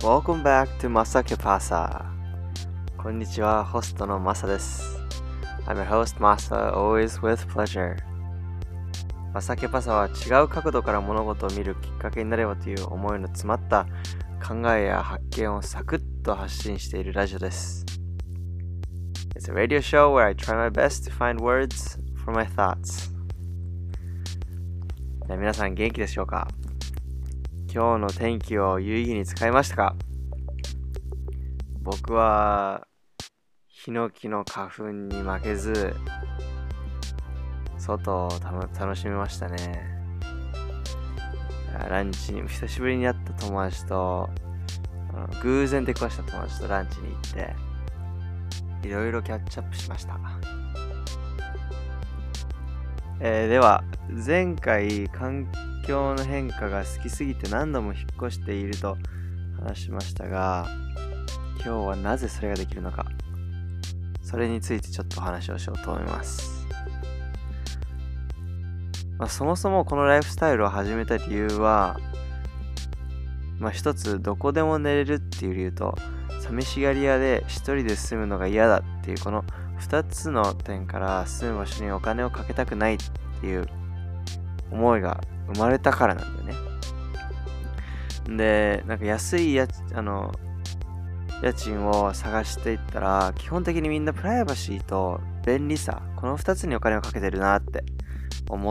Welcome back to Masa que pasa. こんにちは、ホストのマサです。I'm your host Masa, always with pleasure. マサケパサは違う角度から物事を見るきっかけになればという思いの詰まった考えや発見をサクッと発信しているラジオです。It's a radio show where I try my best to find words for my thoughts. 皆さん元気でしょうか？今日の天気を有意義に使いましたか？僕はヒノキの花粉に負けず外を楽しみましたね。ランチに久しぶりに会った友達と偶然出くわした友達とランチに行っていろいろキャッチアップしました。では前回環境の変化が好きすぎて何度も引っ越していると話しましたが、今日はなぜそれができるのか、それについてちょっとお話をしようと思います。そもそもこのライフスタイルを始めた理由は、一つどこでも寝れるっていう理由と、寂しがり屋で一人で住むのが嫌だっていうこの2つの点から住む場所にお金をかけたくないっていう思いが生まれたからなんだよね。で、なんか安い家賃を探していったら、基本的にみんなプライバシーと便利さ、この2つにお金をかけてるなって思って、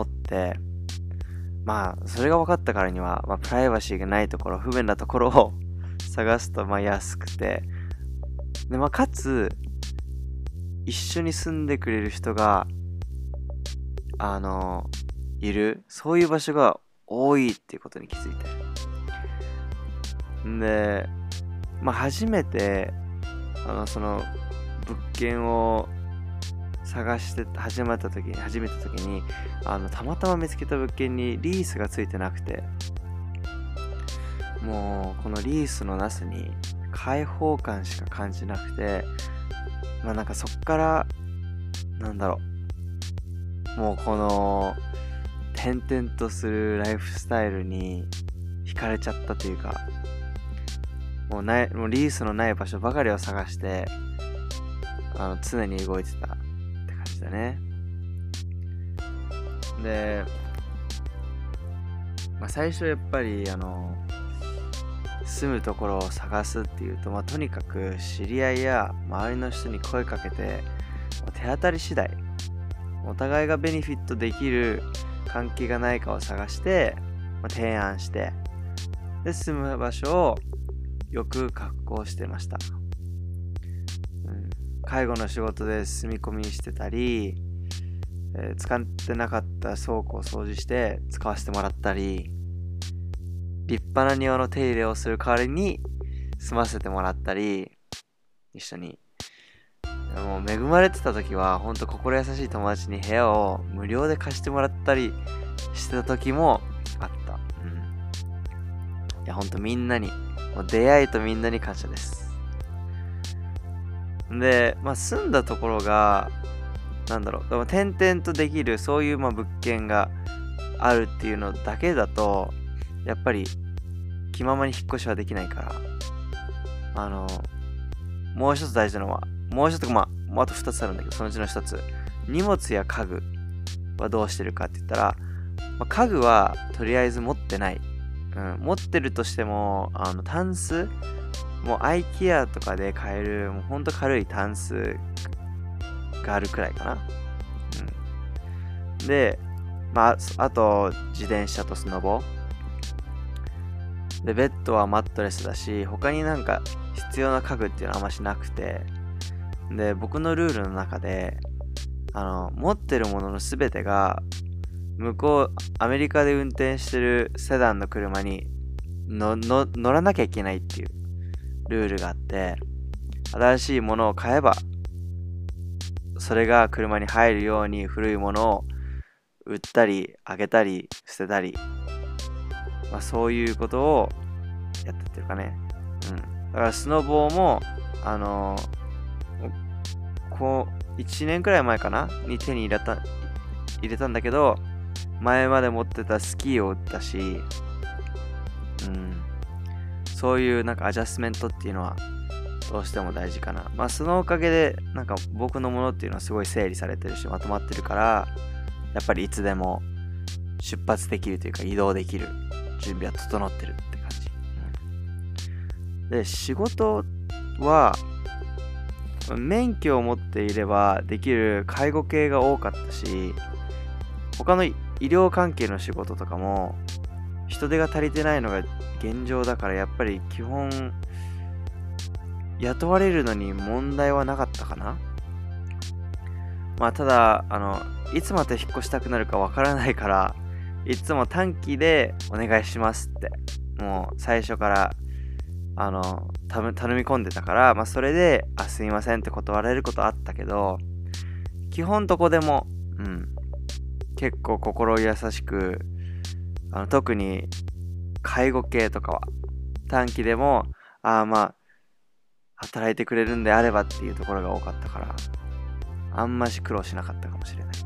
それが分かったからには、プライバシーがないところ、不便なところを探すと安くて、で、かつ一緒に住んでくれる人がいる、そういう場所が多いっていうことに気づいて、で、初めてその物件を探して始めた時にたまたま見つけた物件にリースがついてなくて、もうこのリースのなすに開放感しか感じなくて、そっからもうこの転々とするライフスタイルに惹かれちゃったというか、もうリースのない場所ばかりを探して常に動いてたって感じだね。で、最初やっぱり住むところを探すっていうと、とにかく知り合いや周りの人に声かけて、手当たり次第お互いがベネフィットできる関係がないかを探して、提案して、で住む場所をよく確保してました。介護の仕事で住み込みしてたり、使ってなかった倉庫を掃除して使わせてもらったり、立派な庭の手入れをする代わりに住ませてもらったり、一緒に。もう恵まれてた時は本当心優しい友達に部屋を無料で貸してもらったりしてた時もあった。いや本当みんなに、もう出会いとみんなに感謝です。で、住んだところが転々とできるそういう物件があるっていうのだけだと、やっぱり気ままに引っ越しはできないから、もう一つ大事なのは、もう一つあと2つあるんだけど、そのうちの1つ、荷物や家具はどうしてるかって言ったら、家具はとりあえず持ってない。持ってるとしてもタンス、もう IKEA とかで買えるもうほんと軽いタンスがあるくらいかな。で、あと自転車とスノボで、ベッドはマットレスだし、他に必要な家具っていうのはあんましなくて、で、僕のルールの中で持ってるもののすべてがアメリカで運転してるセダンの車に乗らなきゃいけないっていうルールがあって、新しいものを買えばそれが車に入るように古いものを売ったりあげたり捨てたり、そういうことをやってるかね。だからスノボーも1年くらい前かなに手に入れたんだけど、前まで持ってたスキーを売ったし、 そういうなんかアジャスメントっていうのはどうしても大事かな。まあそのおかげでなんか僕のものっていうのはすごい整理されてるしまとまってるから、やっぱりいつでも出発できるというか移動できる準備は整ってるって感じ。で、仕事は免許を持っていればできる介護系が多かったし、他の医療関係の仕事とかも人手が足りてないのが現状だから、やっぱり基本雇われるのに問題はなかったかな。まあただいつまで引っ越したくなるかわからないから、いつも短期でお願いしますってもう最初から頼み込んでたから、まあそれですいませんって断られることあったけど、基本どこでも結構心優しく、特に介護系とかは短期でもまあ働いてくれるんであればっていうところが多かったから、あんまし苦労しなかったかもしれない。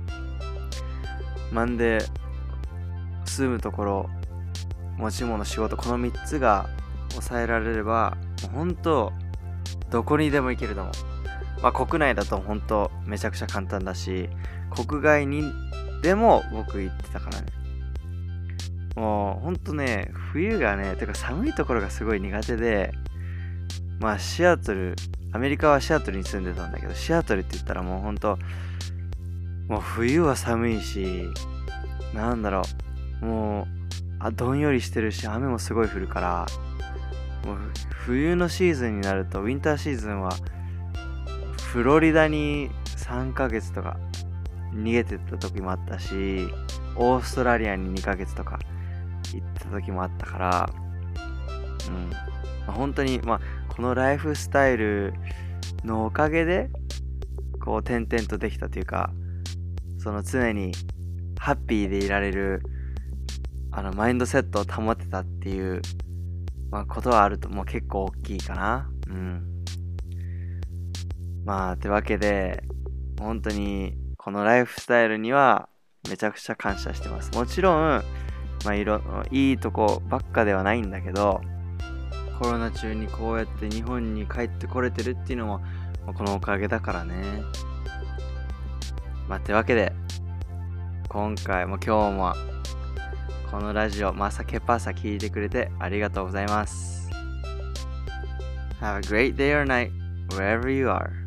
なんで住むところ、持ち物、仕事、この3つが抑えられればもう本当どこにでも行けると思う。まあ国内だと本当めちゃくちゃ簡単だし、国外にでも僕行ってたからね。もうほんとね、冬がね、てか寒いところがすごい苦手で、まあシアトル、アメリカはシアトルに住んでたんだけど、シアトルって言ったらもうほんと、もう冬は寒いし、なんだろう、もうどんよりしてるし、雨もすごい降るから、もう冬のシーズンになると、ウィンターシーズンはフロリダに3ヶ月とか逃げてた時もあったし、オーストラリアに2ヶ月とか行った時もあったから、本当にこのライフスタイルのおかげでこう転々とできたというか、その常にハッピーでいられるマインドセットを保ってたっていうことはあるともう結構大きいかな。ってわけで本当にこのライフスタイルにはめちゃくちゃ感謝してます。もちろんいいとこばっかではないんだけど、コロナ中にこうやって日本に帰ってこれてるっていうのもこのおかげだからね。ってわけで今回も今日もこのラジオマサケパサ聞いてくれてありがとうございます。Have a great day or night wherever you are.